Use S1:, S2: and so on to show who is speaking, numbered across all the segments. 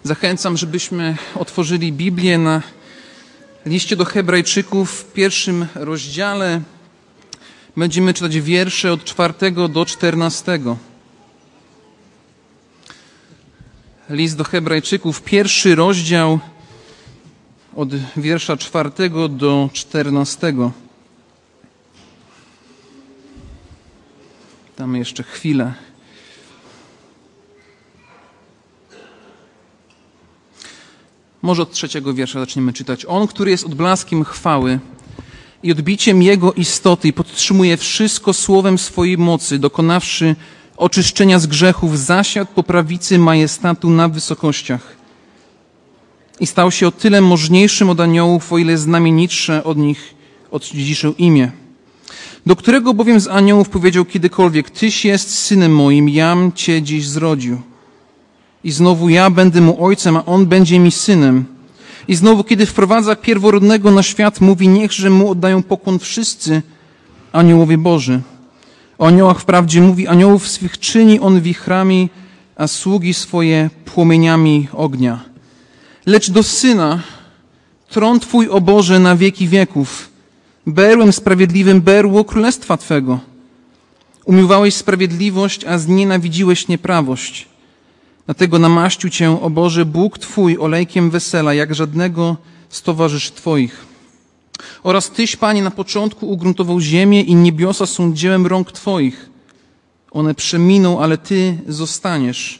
S1: Zachęcam, żebyśmy otworzyli Biblię na liście do Hebrajczyków w 1 rozdziale. Będziemy czytać wiersze od 4 do 14. List do Hebrajczyków, 1 rozdział od wiersza 4 do 14. Damy jeszcze chwilę. Może od 3 wiersza zaczniemy czytać. On, który jest odblaskiem chwały i odbiciem Jego istoty i podtrzymuje wszystko słowem swojej mocy, dokonawszy oczyszczenia z grzechów, zasiadł po prawicy majestatu na wysokościach i stał się o tyle możniejszym od aniołów, o ile znamienitsze od nich oddziedziczył imię. Do którego bowiem z aniołów powiedział kiedykolwiek: Tyś jest synem moim, jam Cię dziś zrodził. I znowu ja będę mu ojcem, a on będzie mi synem. I znowu, kiedy wprowadza pierworodnego na świat, mówi: niechże mu oddają pokłon wszyscy aniołowie Boży. O aniołach wprawdzie mówi: aniołów swych czyni on wichrami, a sługi swoje płomieniami ognia. Lecz do Syna tron Twój, o Boże, na wieki wieków. Berłem sprawiedliwym berło królestwa Twego. Umiłowałeś sprawiedliwość, a znienawidziłeś nieprawość. Dlatego namaścił Cię, o Boże, Bóg Twój olejkiem wesela, jak żadnego z towarzyszy Twoich. Oraz Tyś, Panie, na początku ugruntował ziemię i niebiosa są dziełem rąk Twoich. One przeminą, ale Ty zostaniesz.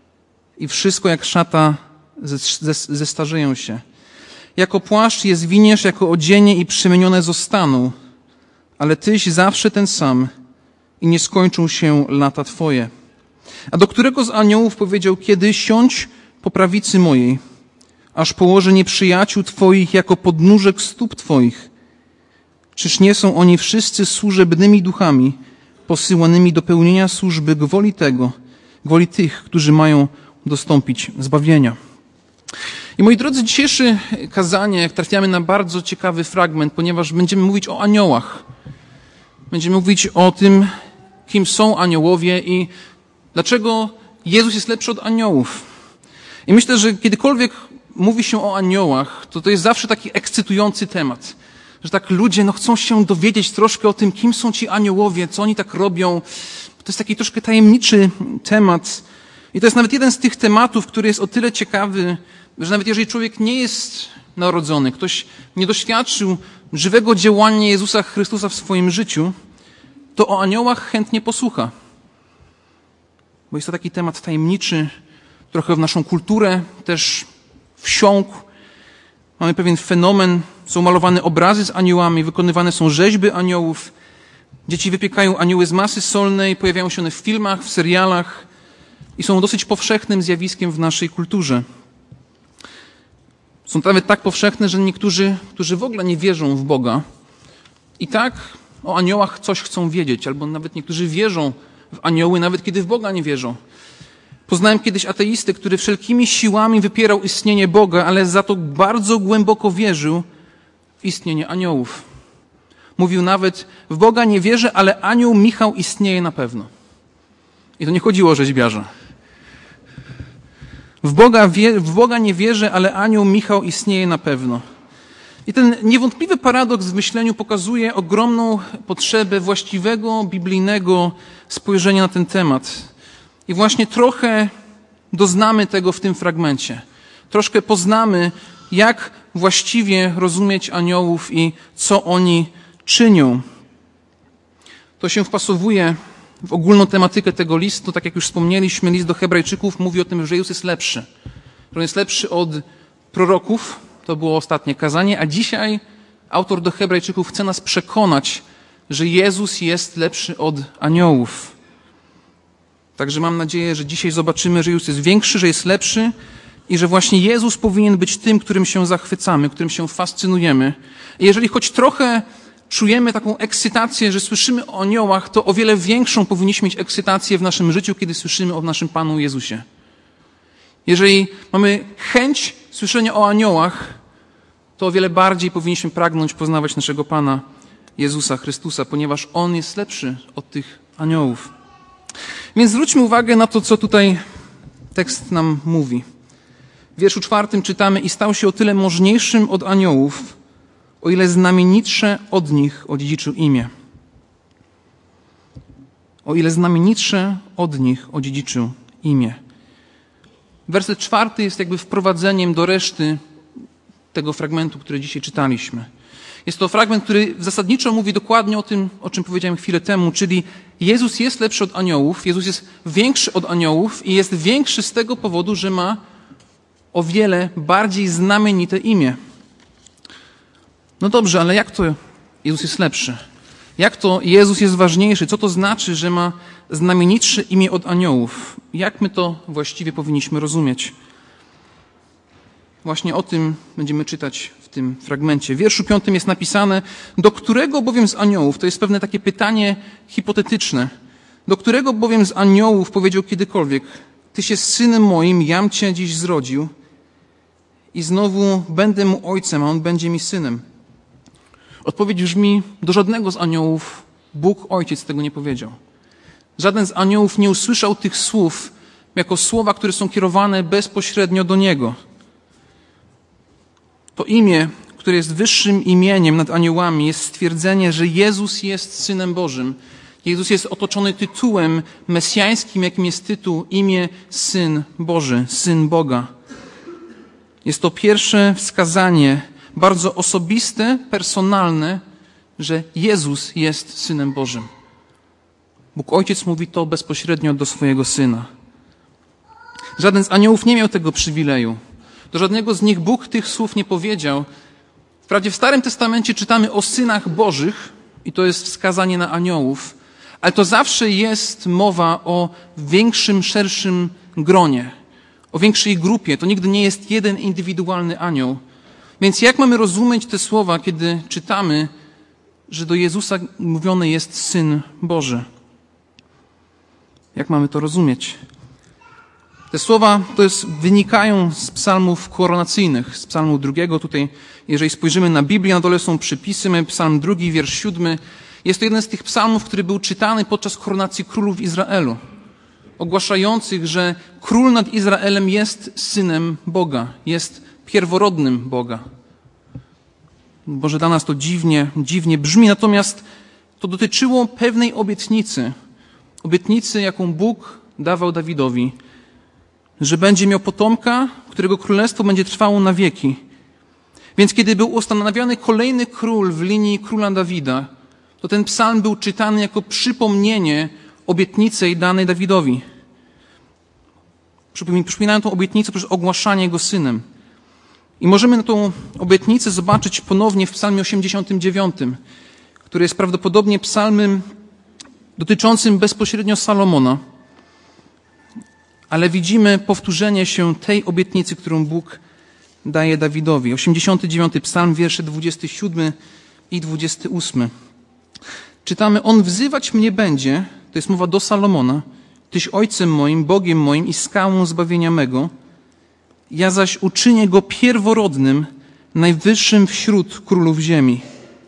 S1: I wszystko jak szata zestarzeją się. Jako płaszcz je zwiniesz, jako odzienie i przemienione zostaną. Ale Tyś zawsze ten sam i nie skończą się lata Twoje. A do którego z aniołów powiedział kiedy: siądź po prawicy mojej, aż położę nieprzyjaciół Twoich jako podnóżek stóp Twoich. Czyż nie są oni wszyscy służebnymi duchami, posyłanymi do pełnienia służby gwoli tych, którzy mają dostąpić zbawienia. I moi drodzy, dzisiejsze kazanie trafiamy na bardzo ciekawy fragment, ponieważ będziemy mówić o aniołach. Będziemy mówić o tym, kim są aniołowie i dlaczego Jezus jest lepszy od aniołów. I myślę, że kiedykolwiek mówi się o aniołach, to jest zawsze taki ekscytujący temat. Że tak ludzie chcą się dowiedzieć troszkę o tym, kim są ci aniołowie, co oni tak robią. To jest taki troszkę tajemniczy temat. I to jest nawet jeden z tych tematów, który jest o tyle ciekawy, że nawet jeżeli człowiek nie jest narodzony, ktoś nie doświadczył żywego działania Jezusa Chrystusa w swoim życiu, to o aniołach chętnie posłucha. Bo jest to taki temat tajemniczy, trochę w naszą kulturę też wsiąkł. Mamy pewien fenomen, są malowane obrazy z aniołami, wykonywane są rzeźby aniołów. Dzieci wypiekają anioły z masy solnej, pojawiają się one w filmach, w serialach i są dosyć powszechnym zjawiskiem w naszej kulturze. Są nawet tak powszechne, że niektórzy, którzy w ogóle nie wierzą w Boga, i tak o aniołach coś chcą wiedzieć, albo nawet niektórzy wierzą w anioły, nawet kiedy w Boga nie wierzą. Poznałem kiedyś ateistę, który wszelkimi siłami wypierał istnienie Boga, ale za to bardzo głęboko wierzył w istnienie aniołów. Mówił nawet: w Boga nie wierzę, ale anioł Michał istnieje na pewno. I to nie chodziło o rzeźbiarza. W Boga nie wierzę, ale anioł Michał istnieje na pewno. I ten niewątpliwy paradoks w myśleniu pokazuje ogromną potrzebę właściwego, biblijnego spojrzenia na ten temat. I właśnie trochę doznamy tego w tym fragmencie. Troszkę poznamy, jak właściwie rozumieć aniołów i co oni czynią. To się wpasowuje w ogólną tematykę tego listu. Tak jak już wspomnieliśmy, list do Hebrajczyków mówi o tym, że Jezus jest lepszy. Że On jest lepszy od proroków. To było ostatnie kazanie. A dzisiaj autor do Hebrajczyków chce nas przekonać, że Jezus jest lepszy od aniołów. Także mam nadzieję, że dzisiaj zobaczymy, że Jezus jest większy, że jest lepszy i że właśnie Jezus powinien być tym, którym się zachwycamy, którym się fascynujemy. I jeżeli choć trochę czujemy taką ekscytację, że słyszymy o aniołach, to o wiele większą powinniśmy mieć ekscytację w naszym życiu, kiedy słyszymy o naszym Panu Jezusie. Jeżeli mamy chęć słyszenia o aniołach, to o wiele bardziej powinniśmy pragnąć poznawać naszego Pana Jezusa Chrystusa, ponieważ On jest lepszy od tych aniołów. Więc zwróćmy uwagę na to, co tutaj tekst nam mówi. W wierszu 4 czytamy: i stał się o tyle możniejszym od aniołów, o ile znamienitsze od nich odziedziczył imię. O ile znamienitsze od nich odziedziczył imię. Werset 4 jest jakby wprowadzeniem do reszty tego fragmentu, który dzisiaj czytaliśmy. Jest to fragment, który zasadniczo mówi dokładnie o tym, o czym powiedziałem chwilę temu, czyli Jezus jest lepszy od aniołów, Jezus jest większy od aniołów i jest większy z tego powodu, że ma o wiele bardziej znamienite imię. No dobrze, ale jak to Jezus jest lepszy? Jak to Jezus jest ważniejszy? Co to znaczy, że ma znamienitsze imię od aniołów? Jak my to właściwie powinniśmy rozumieć? Właśnie o tym będziemy czytać w tym fragmencie. W wierszu 5 jest napisane: do którego bowiem z aniołów, to jest pewne takie pytanie hipotetyczne, do którego bowiem z aniołów powiedział kiedykolwiek: Tyś jest synem moim, jam cię dziś zrodził i znowu będę mu ojcem, a on będzie mi synem. Odpowiedź brzmi: do żadnego z aniołów Bóg Ojciec tego nie powiedział. Żaden z aniołów nie usłyszał tych słów jako słowa, które są kierowane bezpośrednio do Niego. To imię, które jest wyższym imieniem nad aniołami, jest stwierdzenie, że Jezus jest Synem Bożym. Jezus jest otoczony tytułem mesjańskim, jakim jest tytuł, imię Syn Boży, Syn Boga. Jest to pierwsze wskazanie, bardzo osobiste, personalne, że Jezus jest Synem Bożym. Bóg Ojciec mówi to bezpośrednio do swojego Syna. Żaden z aniołów nie miał tego przywileju. Do żadnego z nich Bóg tych słów nie powiedział. Wprawdzie w Starym Testamencie czytamy o synach bożych i to jest wskazanie na aniołów, ale to zawsze jest mowa o większym, szerszym gronie, o większej grupie. To nigdy nie jest jeden indywidualny anioł. Więc jak mamy rozumieć te słowa, kiedy czytamy, że do Jezusa mówiony jest Syn Boży? Jak mamy to rozumieć? Te słowa wynikają z psalmów koronacyjnych, z psalmu 2. Tutaj, jeżeli spojrzymy na Biblię, na dole są przypisy, mamy psalm 2, wiersz 7. Jest to jeden z tych psalmów, który był czytany podczas koronacji królów Izraelu, ogłaszających, że król nad Izraelem jest synem Boga, jest pierworodnym Boga. Może dla nas to dziwnie brzmi, natomiast to dotyczyło pewnej obietnicy, jaką Bóg dawał Dawidowi, że będzie miał potomka, którego królestwo będzie trwało na wieki. Więc kiedy był ustanawiany kolejny król w linii króla Dawida, to ten psalm był czytany jako przypomnienie obietnicy danej Dawidowi. Przypominają tą obietnicę przez ogłaszanie go synem. I możemy tą obietnicę zobaczyć ponownie w psalmie 89, który jest prawdopodobnie psalmem dotyczącym bezpośrednio Salomona. Ale widzimy powtórzenie się tej obietnicy, którą Bóg daje Dawidowi. 89 psalm, wiersze 27 i 28. Czytamy: on wzywać mnie będzie, to jest mowa do Salomona, Tyś ojcem moim, Bogiem moim i skałą zbawienia mego, ja zaś uczynię go pierworodnym, najwyższym wśród królów ziemi.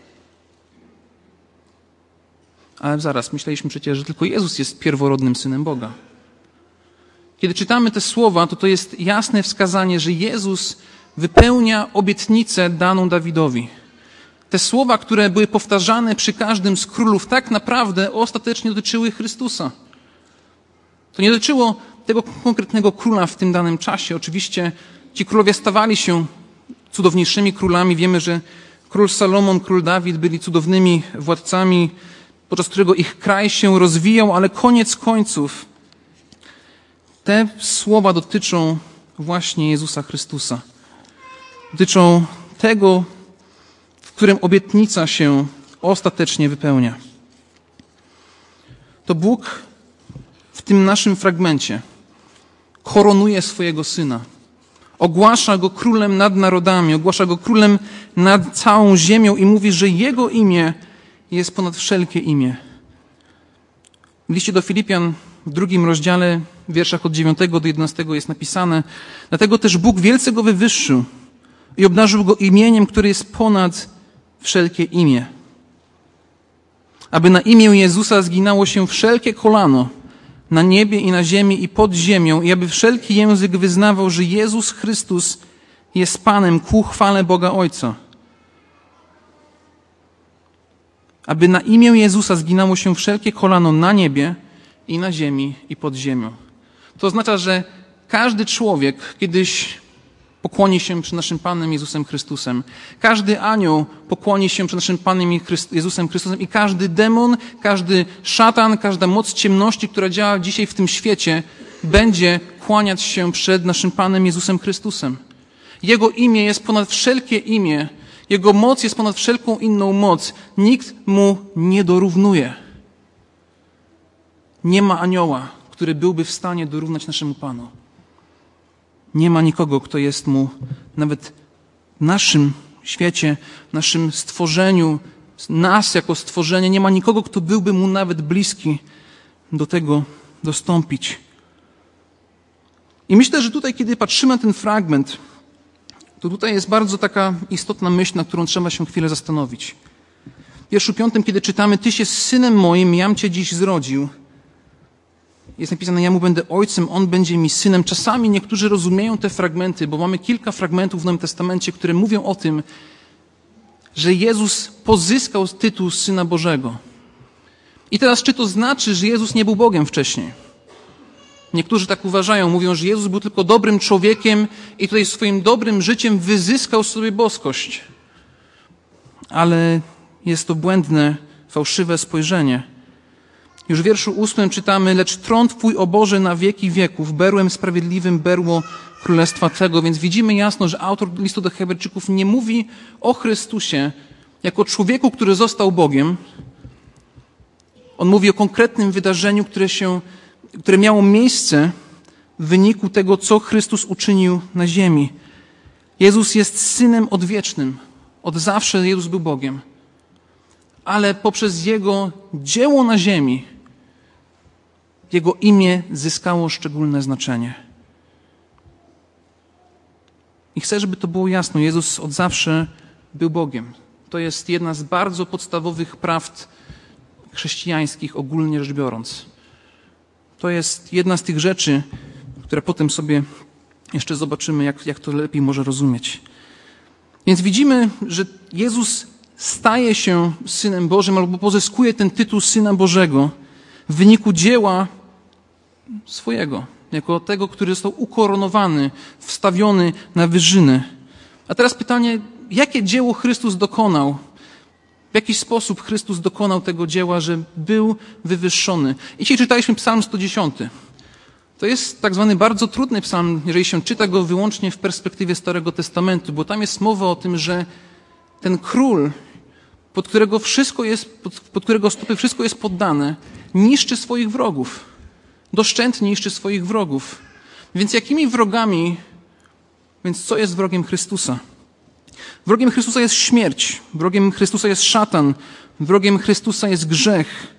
S1: Ale zaraz, myśleliśmy przecież, że tylko Jezus jest pierworodnym Synem Boga. Kiedy czytamy te słowa, to jest jasne wskazanie, że Jezus wypełnia obietnicę daną Dawidowi. Te słowa, które były powtarzane przy każdym z królów, tak naprawdę ostatecznie dotyczyły Chrystusa. To nie dotyczyło tego konkretnego króla w tym danym czasie. Oczywiście ci królowie stawali się cudowniejszymi królami. Wiemy, że król Salomon, król Dawid byli cudownymi władcami, podczas którego ich kraj się rozwijał, ale koniec końców te słowa dotyczą właśnie Jezusa Chrystusa. Dotyczą tego, w którym obietnica się ostatecznie wypełnia. To Bóg w tym naszym fragmencie koronuje swojego Syna. Ogłasza Go królem nad narodami, ogłasza Go królem nad całą ziemią i mówi, że Jego imię jest ponad wszelkie imię. W liście do Filipian w 2 rozdziale, w wierszach od 9 do 11 jest napisane: dlatego też Bóg wielce Go wywyższył i obdarzył Go imieniem, które jest ponad wszelkie imię. Aby na imię Jezusa zginało się wszelkie kolano na niebie i na ziemi i pod ziemią, i aby wszelki język wyznawał, że Jezus Chrystus jest Panem ku chwale Boga Ojca. Aby na imię Jezusa zginało się wszelkie kolano na niebie i na ziemi i pod ziemią. To oznacza, że każdy człowiek kiedyś pokłoni się przed naszym Panem Jezusem Chrystusem. Każdy anioł pokłoni się przed naszym Panem Jezusem Chrystusem i każdy demon, każdy szatan, każda moc ciemności, która działa dzisiaj w tym świecie, będzie kłaniać się przed naszym Panem Jezusem Chrystusem. Jego imię jest ponad wszelkie imię. Jego moc jest ponad wszelką inną moc. Nikt mu nie dorównuje. Nie ma anioła, który byłby w stanie dorównać naszemu Panu. Nie ma nikogo, kto jest mu nawet w naszym świecie, w naszym stworzeniu, nas jako stworzenie, nie ma nikogo, kto byłby mu nawet bliski do tego dostąpić. I myślę, że tutaj, kiedy patrzymy na ten fragment, to tutaj jest bardzo taka istotna myśl, na którą trzeba się chwilę zastanowić. W wierszu 5, kiedy czytamy: Tyś jest synem moim, jam cię dziś zrodził. Jest napisane: ja mu będę ojcem, on będzie mi synem. Czasami niektórzy rozumieją te fragmenty, bo mamy kilka fragmentów w Nowym Testamencie, które mówią o tym, że Jezus pozyskał tytuł Syna Bożego. I teraz, czy to znaczy, że Jezus nie był Bogiem wcześniej? Niektórzy tak uważają, mówią, że Jezus był tylko dobrym człowiekiem i tutaj swoim dobrym życiem wyzyskał sobie boskość. Ale jest to błędne, fałszywe spojrzenie. Już w wierszu 8 czytamy: lecz tron Twój, o Boże, na wieki wieków, berłem sprawiedliwym berło królestwa Twego. Więc widzimy jasno, że autor listu do Hebrajczyków nie mówi o Chrystusie jako człowieku, który został Bogiem. On mówi o konkretnym wydarzeniu, które miało miejsce w wyniku tego, co Chrystus uczynił na ziemi. Jezus jest Synem odwiecznym. Od zawsze Jezus był Bogiem. Ale poprzez Jego dzieło na ziemi Jego imię zyskało szczególne znaczenie. I chcę, żeby to było jasne. Jezus od zawsze był Bogiem. To jest jedna z bardzo podstawowych prawd chrześcijańskich, ogólnie rzecz biorąc. To jest jedna z tych rzeczy, które potem sobie jeszcze zobaczymy, jak to lepiej może rozumieć. Więc widzimy, że Jezus staje się Synem Bożym albo pozyskuje ten tytuł Syna Bożego w wyniku dzieła swojego, jako tego, który został ukoronowany, wstawiony na wyżyny. A teraz pytanie, jakie dzieło Chrystus dokonał? W jaki sposób Chrystus dokonał tego dzieła, że był wywyższony? I dzisiaj czytaliśmy Psalm 110. To jest tak zwany bardzo trudny psalm, jeżeli się czyta go wyłącznie w perspektywie Starego Testamentu, bo tam jest mowa o tym, że ten król, pod którego stopy wszystko jest poddane, niszczy swoich wrogów. Doszczętnie niszczy swoich wrogów. Więc jakimi wrogami, więc co jest wrogiem Chrystusa? Wrogiem Chrystusa jest śmierć. Wrogiem Chrystusa jest szatan. Wrogiem Chrystusa jest grzech.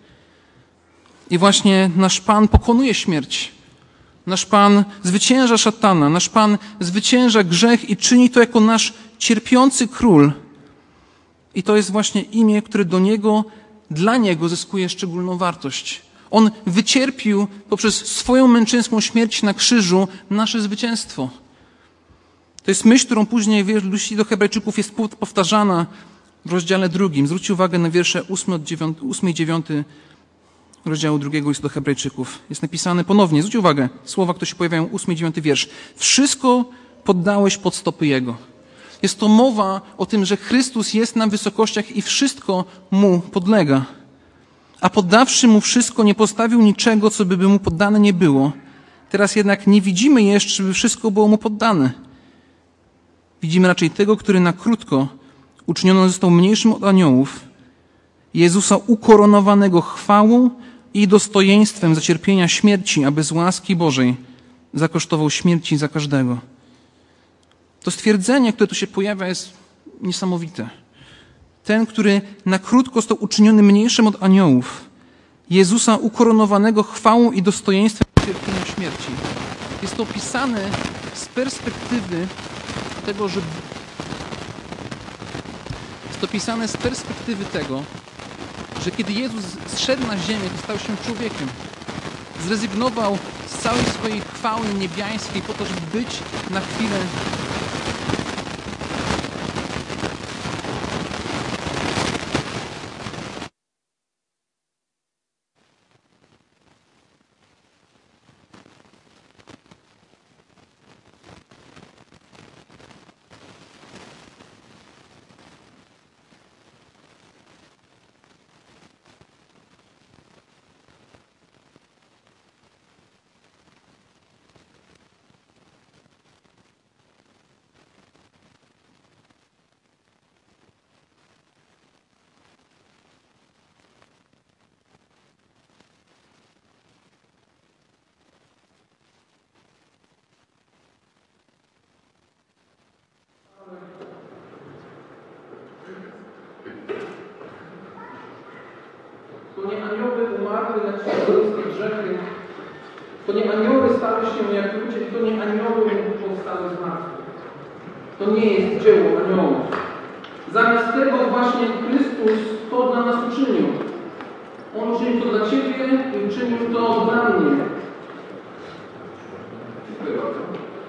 S1: I właśnie nasz Pan pokonuje śmierć. Nasz Pan zwycięża szatana. Nasz Pan zwycięża grzech i czyni to jako nasz cierpiący król. I to jest właśnie imię, które dla Niego zyskuje szczególną wartość. On wycierpił poprzez swoją męczeńską śmierć na krzyżu nasze zwycięstwo. To jest myśl, którą później w liście do Hebrajczyków jest powtarzana w rozdziale 2. Zwróćcie uwagę na wiersze 8 i 9 rozdziału 2 listu do Hebrajczyków. Jest napisane ponownie, zwróćcie uwagę, słowa, które się pojawiają, 8 i 9 wiersz. Wszystko poddałeś pod stopy Jego. Jest to mowa o tym, że Chrystus jest na wysokościach i wszystko Mu podlega. A poddawszy Mu wszystko, nie postawił niczego, co by Mu poddane nie było. Teraz jednak nie widzimy jeszcze, by wszystko było Mu poddane. Widzimy raczej tego, który na krótko uczyniony został mniejszym od aniołów, Jezusa ukoronowanego chwałą i dostojeństwem za cierpienia śmierci, aby z łaski Bożej zakosztował śmierci za każdego. To stwierdzenie, które tu się pojawia, jest niesamowite. Ten, który na krótko został uczyniony mniejszym od aniołów, Jezusa ukoronowanego chwałą i dostojeństwem za cierpienia śmierci. Jest to opisane z perspektywy tego, że jest opisane z perspektywy tego, że kiedy Jezus zszedł na ziemię, to stał się człowiekiem. zrezygnował z całej swojej chwały niebiańskiej po to, żeby być na chwilę
S2: To nie anioły umarły na krzyżu ludzkie grzechy, to nie anioły stały się jak ludzie, to nie anioły powstały z martwych. To nie jest dzieło aniołów. Zamiast tego właśnie Chrystus to dla nas uczynił. On uczynił to dla Ciebie i uczynił to dla mnie. Dziękuję bardzo.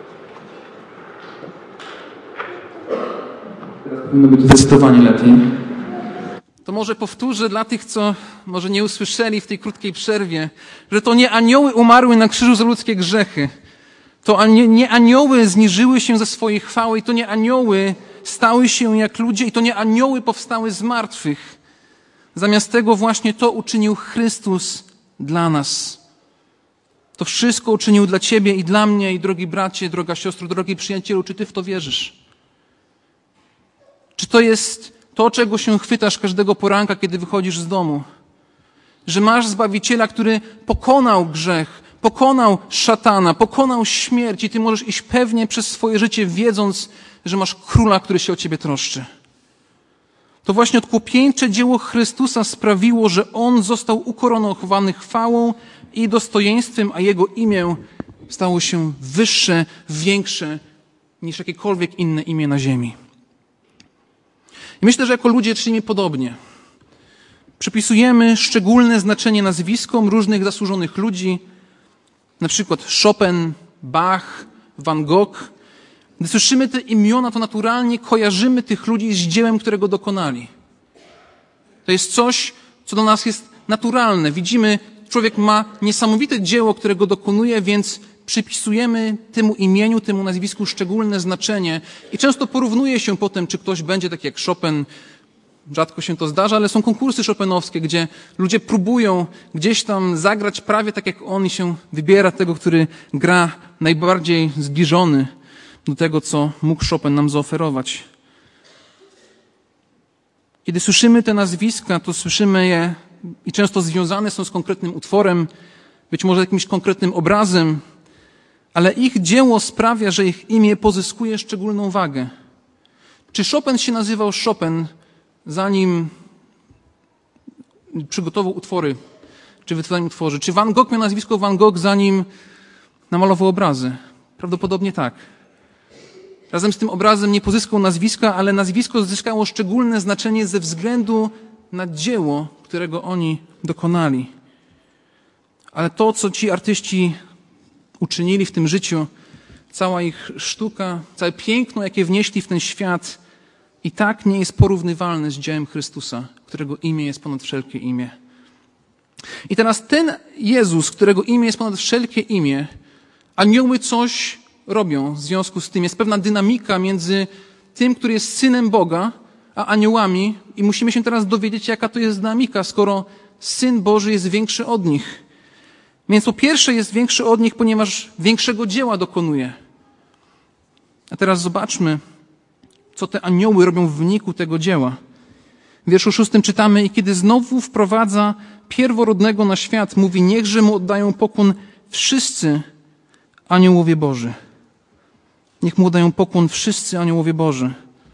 S2: Teraz powinno być zdecydowanie lepiej.
S1: To może powtórzę dla tych, co może nie usłyszeli w tej krótkiej przerwie, że to nie anioły umarły na krzyżu za ludzkie grzechy. To nie anioły zniżyły się ze swojej chwały i to nie anioły stały się jak ludzie i to nie anioły powstały z martwych. Zamiast tego właśnie to uczynił Chrystus dla nas. To wszystko uczynił dla Ciebie i dla mnie i drogi bracie, droga siostro, drogi przyjacielu, czy Ty w to wierzysz? Czy to jest to, czego się chwytasz każdego poranka, kiedy wychodzisz z domu? Że masz Zbawiciela, który pokonał grzech, pokonał szatana, pokonał śmierć i Ty możesz iść pewnie przez swoje życie, wiedząc, że masz Króla, który się o Ciebie troszczy. To właśnie odkupieńcze dzieło Chrystusa sprawiło, że On został ukoronowany chwałą i dostojeństwem, a Jego imię stało się wyższe, większe niż jakiekolwiek inne imię na ziemi. I myślę, że jako ludzie czynimy podobnie. Przypisujemy szczególne znaczenie nazwiskom różnych zasłużonych ludzi, na przykład Chopin, Bach, Van Gogh. Gdy słyszymy te imiona, to naturalnie kojarzymy tych ludzi z dziełem, którego dokonali. To jest coś, co do nas jest naturalne. Widzimy, człowiek ma niesamowite dzieło, którego dokonuje, więc przypisujemy temu imieniu, temu nazwisku szczególne znaczenie i często porównuje się potem, czy ktoś będzie tak jak Chopin. Rzadko się to zdarza, ale są konkursy chopinowskie, gdzie ludzie próbują gdzieś tam zagrać prawie tak jak on i się wybiera tego, który gra najbardziej zbliżony do tego, co mógł Chopin nam zaoferować. Kiedy słyszymy te nazwiska, to słyszymy je i często związane są z konkretnym utworem, być może jakimś konkretnym obrazem, ale ich dzieło sprawia, że ich imię pozyskuje szczególną wagę. Czy Chopin się nazywał Chopin, zanim przygotował utwory, czy wytworzył utwory? Czy Van Gogh miał nazwisko Van Gogh, zanim namalował obrazy? Prawdopodobnie tak. Razem z tym obrazem nie pozyskał nazwiska, ale nazwisko zyskało szczególne znaczenie ze względu na dzieło, którego oni dokonali. Ale to, co ci artyści uczynili w tym życiu, cała ich sztuka, całe piękno, jakie wnieśli w ten świat, i tak nie jest porównywalne z dziełem Chrystusa, którego imię jest ponad wszelkie imię. I teraz ten Jezus, którego imię jest ponad wszelkie imię, anioły coś robią w związku z tym. Jest pewna dynamika między tym, który jest Synem Boga, a aniołami i musimy się teraz dowiedzieć, jaka to jest dynamika, skoro Syn Boży jest większy od nich. Więc po pierwsze jest większy od nich, ponieważ większego dzieła dokonuje. A teraz zobaczmy, co te anioły robią w wyniku tego dzieła. W wierszu 6 czytamy: i kiedy znowu wprowadza pierworodnego na świat, mówi: niechże mu oddają pokłon wszyscy aniołowie Boży. Niech mu oddają pokłon wszyscy aniołowie Boży.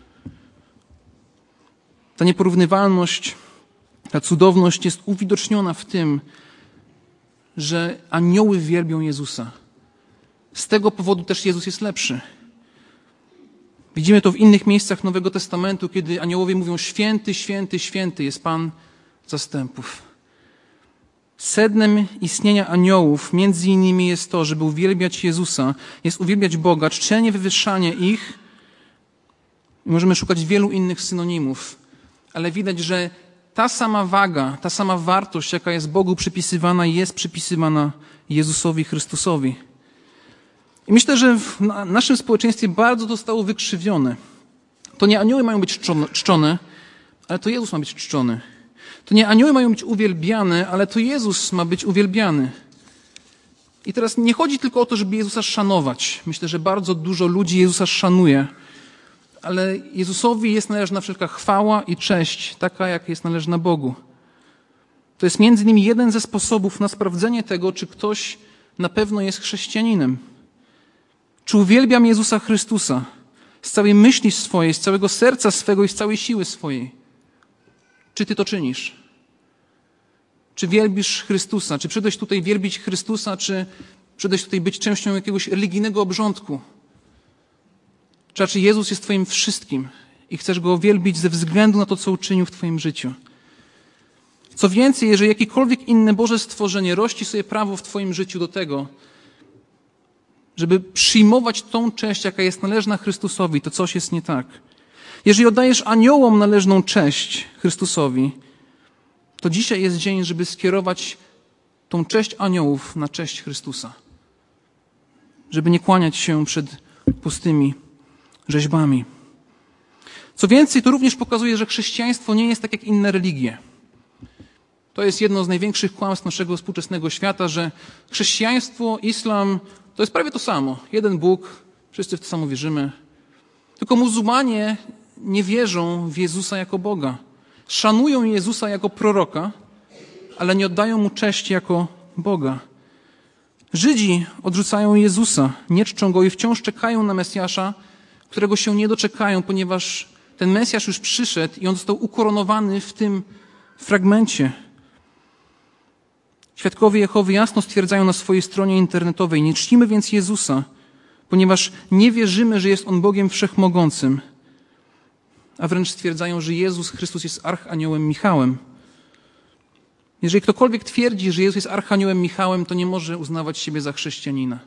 S1: Ta nieporównywalność, ta cudowność jest uwidoczniona w tym, że anioły wielbią Jezusa. Z tego powodu też Jezus jest lepszy. Widzimy to w innych miejscach Nowego Testamentu, kiedy aniołowie mówią: święty, święty, święty jest Pan zastępów. Sednem istnienia aniołów między innymi jest to, żeby uwielbiać Jezusa, jest uwielbiać Boga, czczenie, wywyższanie ich. Możemy szukać wielu innych synonimów, ale widać, że ta sama waga, ta sama wartość, jaka jest Bogu przypisywana, jest przypisywana Jezusowi Chrystusowi. I myślę, że w naszym społeczeństwie bardzo to zostało wykrzywione. To nie anioły mają być czczone, ale to Jezus ma być czczony. To nie anioły mają być uwielbiane, ale to Jezus ma być uwielbiany. I teraz nie chodzi tylko o to, żeby Jezusa szanować. Myślę, że bardzo dużo ludzi Jezusa szanuje, ale Jezusowi jest należna wszelka chwała i cześć, taka jak jest należna Bogu. To jest między innymi jeden ze sposobów na sprawdzenie tego, czy ktoś na pewno jest chrześcijaninem. Czy uwielbiam Jezusa Chrystusa z całej myśli swojej, z całego serca swego i z całej siły swojej? Czy ty to czynisz? Czy wielbisz Chrystusa? Czy przyszedłeś tutaj wielbić Chrystusa, czy przyszedłeś tutaj być częścią jakiegoś religijnego obrządku? Czy raczej Jezus jest twoim wszystkim i chcesz Go wielbić ze względu na to, co uczynił w twoim życiu? Co więcej, jeżeli jakiekolwiek inne Boże stworzenie rości sobie prawo w twoim życiu do tego, żeby przyjmować tą cześć, jaka jest należna Chrystusowi, to coś jest nie tak. Jeżeli oddajesz aniołom należną cześć Chrystusowi, to dzisiaj jest dzień, żeby skierować tą cześć aniołów na cześć Chrystusa. Żeby nie kłaniać się przed pustymi rzeźbami. Co więcej, to również pokazuje, że chrześcijaństwo nie jest tak jak inne religie. To jest jedno z największych kłamstw naszego współczesnego świata, że chrześcijaństwo, islam to jest prawie to samo. Jeden Bóg, wszyscy w to samo wierzymy. Tylko muzułmanie nie wierzą w Jezusa jako Boga. Szanują Jezusa jako proroka, ale nie oddają Mu cześci jako Boga. Żydzi odrzucają Jezusa, nie czczą Go i wciąż czekają na Mesjasza, którego się nie doczekają, ponieważ ten Mesjasz już przyszedł i On został ukoronowany w tym fragmencie. Świadkowie Jehowy jasno stwierdzają na swojej stronie internetowej: nie czcimy więc Jezusa, ponieważ nie wierzymy, że jest On Bogiem Wszechmogącym. A wręcz stwierdzają, że Jezus Chrystus jest archaniołem Michałem. Jeżeli ktokolwiek twierdzi, że Jezus jest archaniołem Michałem, to nie może uznawać siebie za chrześcijanina.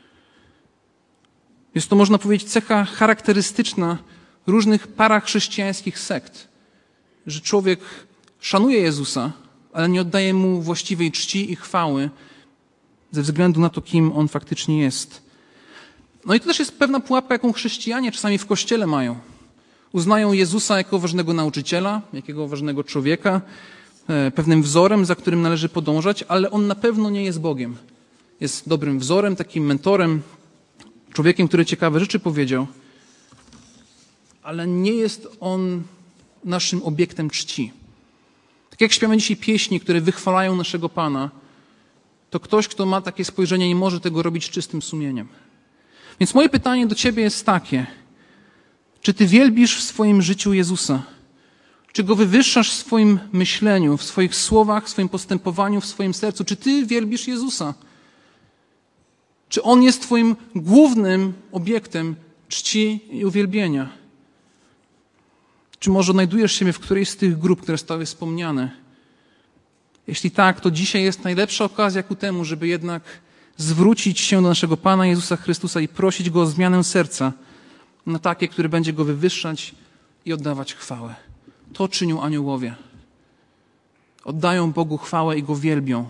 S1: Jest to, można powiedzieć, cecha charakterystyczna różnych parachrześcijańskich sekt, że człowiek szanuje Jezusa, ale nie oddaje Mu właściwej czci i chwały ze względu na to, kim On faktycznie jest. No i to też jest pewna pułapka, jaką chrześcijanie czasami w Kościele mają. Uznają Jezusa jako ważnego nauczyciela, jakiego ważnego człowieka, pewnym wzorem, za którym należy podążać, ale On na pewno nie jest Bogiem. Jest dobrym wzorem, takim mentorem, człowiekiem, który ciekawe rzeczy powiedział, ale nie jest On naszym obiektem czci. Tak jak śpiewamy dzisiaj pieśni, które wychwalają naszego Pana, to ktoś, kto ma takie spojrzenie, nie może tego robić z czystym sumieniem. Więc moje pytanie do ciebie jest takie: czy ty wielbisz w swoim życiu Jezusa? Czy Go wywyższasz w swoim myśleniu, w swoich słowach, w swoim postępowaniu, w swoim sercu? Czy ty wielbisz Jezusa? Czy On jest twoim głównym obiektem czci i uwielbienia? Czy może znajdujesz siebie w którejś z tych grup, które zostały wspomniane? Jeśli tak, to dzisiaj jest najlepsza okazja ku temu, żeby jednak zwrócić się do naszego Pana Jezusa Chrystusa i prosić Go o zmianę serca na takie, które będzie Go wywyższać i oddawać chwałę. To czynią aniołowie. Oddają Bogu chwałę i Go wielbią.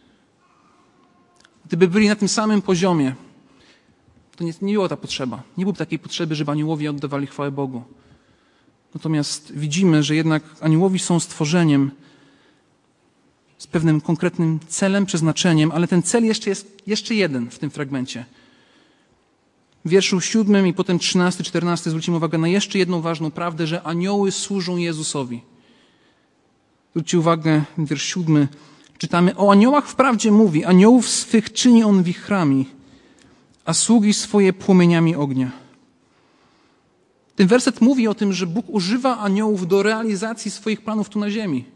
S1: Gdyby byli na tym samym poziomie, to nie była ta potrzeba. Nie byłoby takiej potrzeby, żeby aniołowie oddawali chwałę Bogu. Natomiast widzimy, że jednak aniołowie są stworzeniem z pewnym konkretnym celem, przeznaczeniem, ale ten cel jest jeszcze jeden w tym fragmencie. W wierszu 7 i potem 13, 14 zwrócimy uwagę na jeszcze jedną ważną prawdę, że anioły służą Jezusowi. Zwróćcie uwagę, wiersz 7. Czytamy: o aniołach wprawdzie mówi, aniołów swych czyni On wichrami, a sługi swoje płomieniami ognia. Ten werset mówi o tym, że Bóg używa aniołów do realizacji swoich planów tu na ziemi.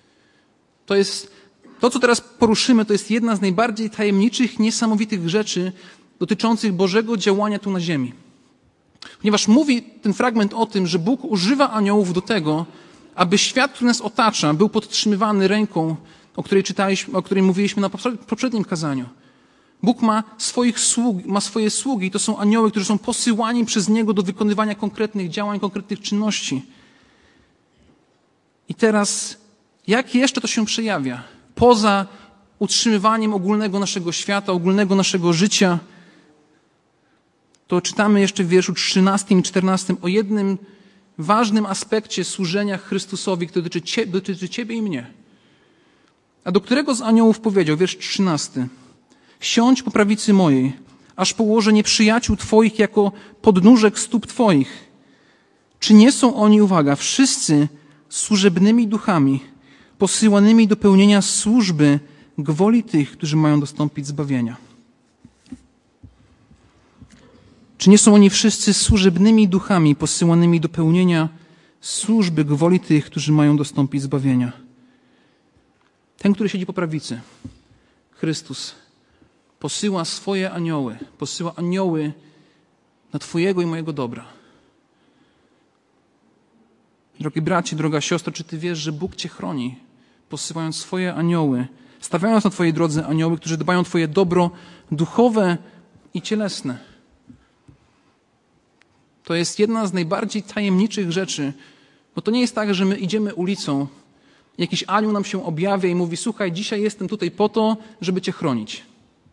S1: To, co teraz poruszymy, to jest jedna z najbardziej tajemniczych, niesamowitych rzeczy dotyczących Bożego działania tu na ziemi. Ponieważ mówi ten fragment o tym, że Bóg używa aniołów do tego, aby świat, który nas otacza, był podtrzymywany ręką o której czytaliśmy, o której mówiliśmy na poprzednim kazaniu. Bóg ma swoje sługi, to są anioły, którzy są posyłani przez Niego do wykonywania konkretnych działań, konkretnych czynności. I teraz, jak jeszcze to się przejawia? Poza utrzymywaniem ogólnego naszego świata, ogólnego naszego życia, to czytamy jeszcze w wierszu 13 i 14 o jednym ważnym aspekcie służenia Chrystusowi, który dotyczy Ciebie i mnie. A do którego z aniołów powiedział, wiersz 13: siądź po prawicy mojej, aż położę nieprzyjaciół Twoich jako podnóżek stóp Twoich. Czy nie są oni, uwaga, wszyscy służebnymi duchami, posyłanymi do pełnienia służby gwoli tych, którzy mają dostąpić zbawienia? Czy nie są oni wszyscy służebnymi duchami, posyłanymi do pełnienia służby gwoli tych, którzy mają dostąpić zbawienia? Ten, który siedzi po prawicy, Chrystus, posyła swoje anioły, posyła anioły na Twojego i mojego dobra. Drogi bracie, droga siostro, czy Ty wiesz, że Bóg Cię chroni, posyłając swoje anioły, stawiając na Twojej drodze anioły, którzy dbają o Twoje dobro duchowe i cielesne? To jest jedna z najbardziej tajemniczych rzeczy, bo to nie jest tak, że my idziemy ulicą, jakiś anioł nam się objawia i mówi: słuchaj, dzisiaj jestem tutaj po to, żeby Cię chronić.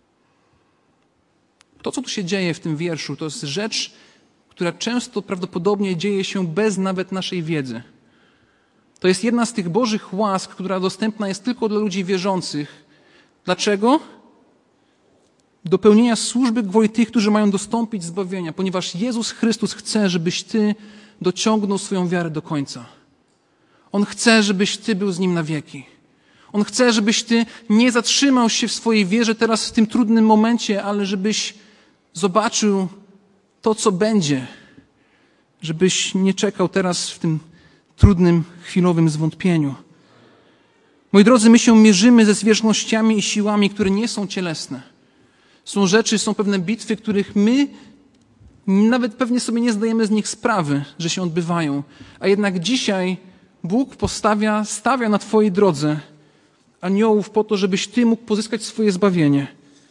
S1: To, co tu się dzieje w tym wierszu, to jest rzecz, która często prawdopodobnie dzieje się bez nawet naszej wiedzy. To jest jedna z tych Bożych łask, która dostępna jest tylko dla ludzi wierzących. Dlaczego? Do pełnienia służby gwoli tych, którzy mają dostąpić zbawienia, ponieważ Jezus Chrystus chce, żebyś Ty dociągnął swoją wiarę do końca. On chce, żebyś Ty był z Nim na wieki. On chce, żebyś Ty nie zatrzymał się w swojej wierze teraz w tym trudnym momencie, ale żebyś zobaczył to, co będzie. Żebyś nie czekał teraz w tym trudnym, chwilowym zwątpieniu. Moi drodzy, my się mierzymy ze zwierzchnościami i siłami, które nie są cielesne. Są pewne bitwy, których my nawet pewnie sobie nie zdajemy z nich sprawy, że się odbywają. A jednak dzisiaj Bóg stawia na Twojej drodze aniołów po to, żebyś Ty mógł pozyskać swoje zbawienie.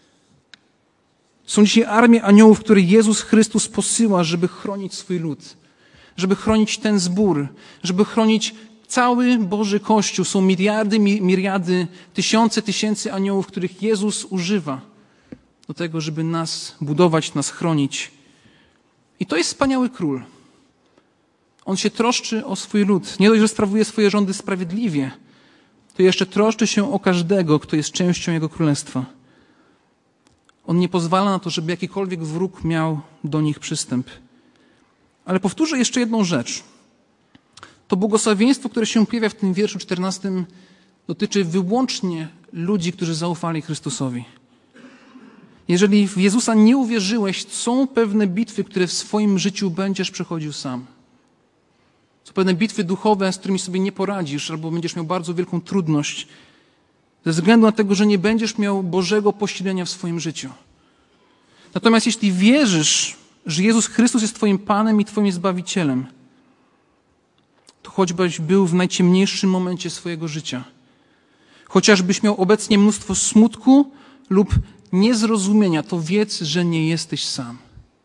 S1: Są dzisiaj armie aniołów, które Jezus Chrystus posyła, żeby chronić swój lud, żeby chronić ten zbór, żeby chronić cały Boży Kościół. Są miriady, tysięcy aniołów, których Jezus używa do tego, żeby nas budować, nas chronić. I to jest wspaniały król. On się troszczy o swój lud. Nie dość, że sprawuje swoje rządy sprawiedliwie, to jeszcze troszczy się o każdego, kto jest częścią Jego królestwa. On nie pozwala na to, żeby jakikolwiek wróg miał do nich przystęp. Ale powtórzę jeszcze jedną rzecz. To błogosławieństwo, które się pojawia w tym wierszu 14, dotyczy wyłącznie ludzi, którzy zaufali Chrystusowi. Jeżeli w Jezusa nie uwierzyłeś, są pewne bitwy, które w swoim życiu będziesz przechodził sam. Są pewne bitwy duchowe, z którymi sobie nie poradzisz, albo będziesz miał bardzo wielką trudność, ze względu na to, że nie będziesz miał Bożego posilenia w swoim życiu. Natomiast jeśli wierzysz, że Jezus Chrystus jest Twoim Panem i Twoim Zbawicielem, to choćbyś był w najciemniejszym momencie swojego życia, chociażbyś miał obecnie mnóstwo smutku lub niezrozumienia, to wiedz, że nie jesteś sam.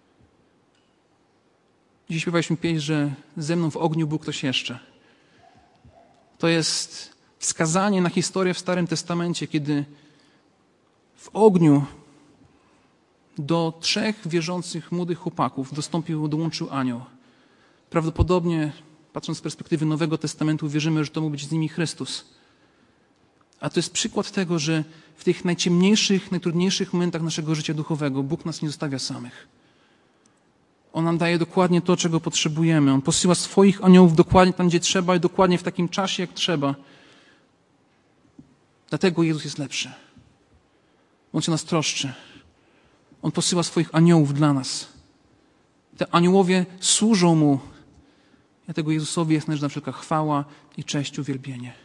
S1: Dziś śpiewaliśmy pieśń, że ze mną w ogniu był ktoś jeszcze. To jest wskazanie na historię w Starym Testamencie, kiedy w ogniu do 3 wierzących młodych chłopaków dołączył anioł. Prawdopodobnie, patrząc z perspektywy Nowego Testamentu, wierzymy, że to mógł być z nimi Chrystus. A to jest przykład tego, że w tych najciemniejszych, najtrudniejszych momentach naszego życia duchowego Bóg nas nie zostawia samych. On nam daje dokładnie to, czego potrzebujemy. On posyła swoich aniołów dokładnie tam, gdzie trzeba i dokładnie w takim czasie, jak trzeba. Dlatego Jezus jest lepszy. On się nas troszczy. On posyła swoich aniołów dla nas. Te aniołowie służą Mu. Dlatego Jezusowi jest należna wszelka chwała i cześć, uwielbienie.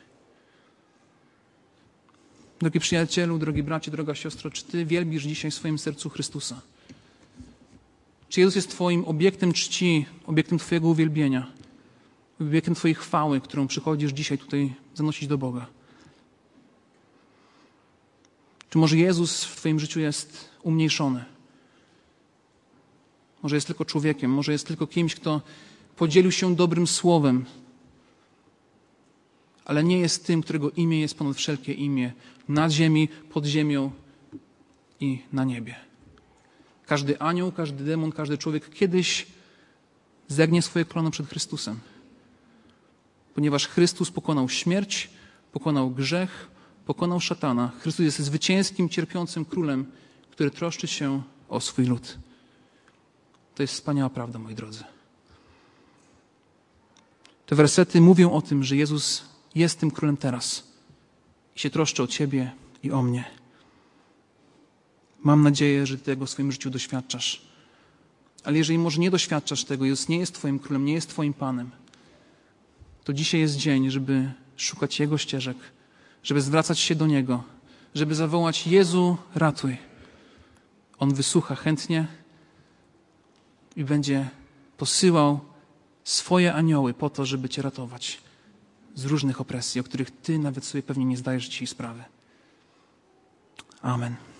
S1: Drogi przyjacielu, drogi bracie, droga siostro, czy Ty wielbisz dzisiaj w swoim sercu Chrystusa? Czy Jezus jest Twoim obiektem czci, obiektem Twojego uwielbienia, obiektem Twojej chwały, którą przychodzisz dzisiaj tutaj zanosić do Boga? Czy może Jezus w twoim życiu jest umniejszony? Może jest tylko człowiekiem, może jest tylko kimś, kto podzielił się dobrym słowem, ale nie jest tym, którego imię jest ponad wszelkie imię, na ziemi, pod ziemią i na niebie. Każdy anioł, każdy demon, każdy człowiek kiedyś zegnie swoje kolano przed Chrystusem. Ponieważ Chrystus pokonał śmierć, pokonał grzech, pokonał szatana. Chrystus jest zwycięskim, cierpiącym królem, który troszczy się o swój lud. To jest wspaniała prawda, moi drodzy. Te wersety mówią o tym, że Jezus jest tym królem teraz i się troszczy o ciebie i o mnie. Mam nadzieję, że ty tego w swoim życiu doświadczasz. Ale jeżeli może nie doświadczasz tego, Jezus nie jest twoim królem, nie jest twoim Panem, to dzisiaj jest dzień, żeby szukać Jego ścieżek, żeby zwracać się do Niego, żeby zawołać: Jezu, ratuj. On wysłucha chętnie i będzie posyłał swoje anioły po to, żeby cię ratować z różnych opresji, o których ty nawet sobie pewnie nie zdajesz dzisiaj sprawy. Amen.